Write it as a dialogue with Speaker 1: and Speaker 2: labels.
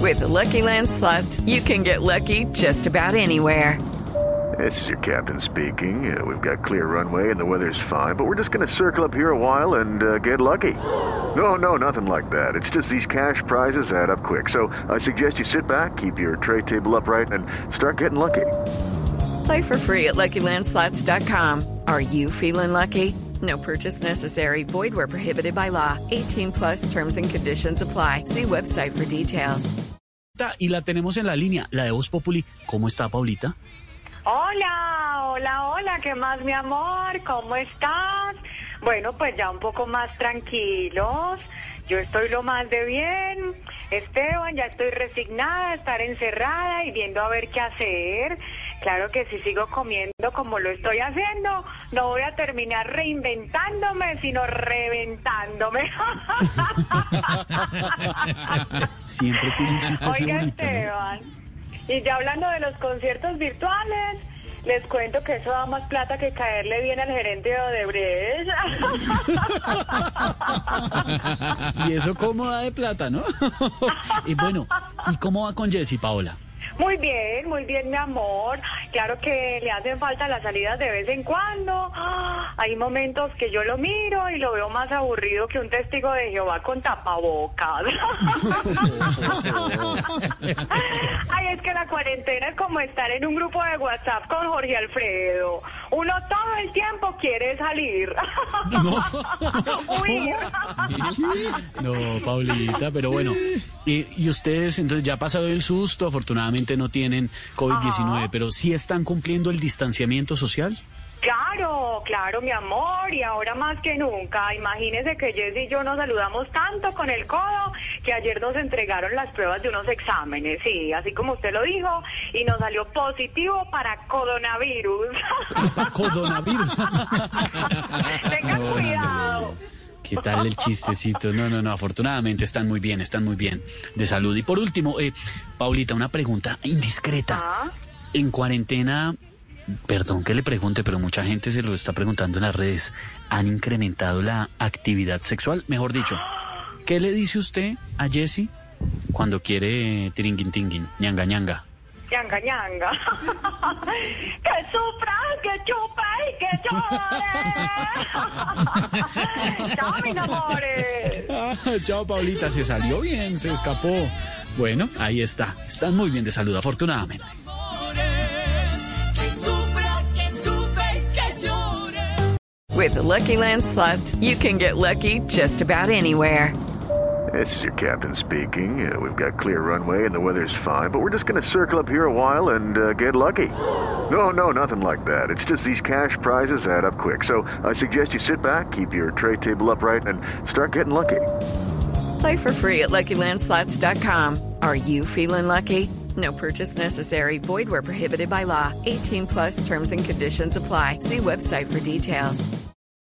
Speaker 1: With the Lucky Land Slots, you can get lucky just about anywhere.
Speaker 2: This is your captain speaking. We've got clear runway and the weather's fine, but we're just going to circle up here a while and get lucky. No, nothing like that. It's just these cash prizes add up quick. So I suggest you sit back, keep your tray table upright, and start getting lucky.
Speaker 1: Play for free at LuckyLandSlots.com. Are you feeling lucky? No purchase necessary. Void where prohibited by law. 18 plus terms and conditions apply. See website for details.
Speaker 3: Y la tenemos en la línea, la de Voz Populi. ¿Cómo está, Paulita?
Speaker 4: Hola, ¿qué más, mi amor? ¿Cómo estás? Bueno, pues ya un poco más tranquilos. Yo estoy lo más de bien. Esteban, ya estoy resignada a estar encerrada y viendo a ver qué hacer. Claro que si sigo comiendo como lo estoy haciendo, no voy a terminar reinventándome, sino reventándome.
Speaker 3: Siempre tiene un chiste así
Speaker 4: Oiga,
Speaker 3: bonito, ¿no?
Speaker 4: Esteban, y ya hablando de los conciertos virtuales, les cuento que eso da más plata que caerle bien al gerente de Odebrecht.
Speaker 3: Y eso cómo da de plata, ¿no? Y bueno, ¿y cómo va con Jessy, Paola?
Speaker 4: Muy bien, mi amor. Claro que le hacen falta las salidas de vez en cuando. Hay momentos que yo lo miro y lo veo más aburrido que un testigo de Jehová con tapabocas. Ay, es que la cuarentena es como estar en un grupo de WhatsApp con Jorge Alfredo. Uno todo el tiempo quiere salir.
Speaker 3: No.
Speaker 4: Uy.
Speaker 3: No, Paulita, pero bueno. Y ustedes, entonces, ya ha pasado el susto, afortunadamente no tienen COVID-19, pero ¿sí están cumpliendo el distanciamiento social?
Speaker 4: Claro, mi amor, y ahora más que nunca. Imagínese que Jessy y yo nos saludamos tanto con el codo que ayer nos entregaron las pruebas de unos exámenes, sí, así como usted lo dijo, y nos salió positivo para coronavirus.
Speaker 3: ¿Coronavirus?
Speaker 4: Tenga cuidado.
Speaker 3: ¿Qué tal el chistecito? No, afortunadamente están muy bien de salud. Y por último, Paulita, una pregunta indiscreta. En cuarentena, perdón que le pregunte, pero mucha gente se lo está preguntando en las redes, ¿han incrementado la actividad sexual? Mejor dicho, ¿qué le dice usted a Jessy cuando quiere tiringuin tinguin, ñanga ñanga?
Speaker 4: Ñanga, ñanga. Que sufra, que chupe y que llore. Chao, mis amores.
Speaker 3: Chao, Paulita, se salió bien, se escapó. Bueno, ahí está. Están muy bien de salud, afortunadamente.
Speaker 1: With the Lucky Land Slots, you can get lucky just about anywhere.
Speaker 2: This is your captain speaking. We've got clear runway and the weather's fine, but we're just going to circle up here a while and get lucky. No, nothing like that. It's just these cash prizes add up quick. So I suggest you sit back, keep your tray table upright, and start getting lucky.
Speaker 1: Play for free at LuckyLandSlots.com. Are you feeling lucky? No purchase necessary. Void where prohibited by law. 18 plus terms and conditions apply. See website for details.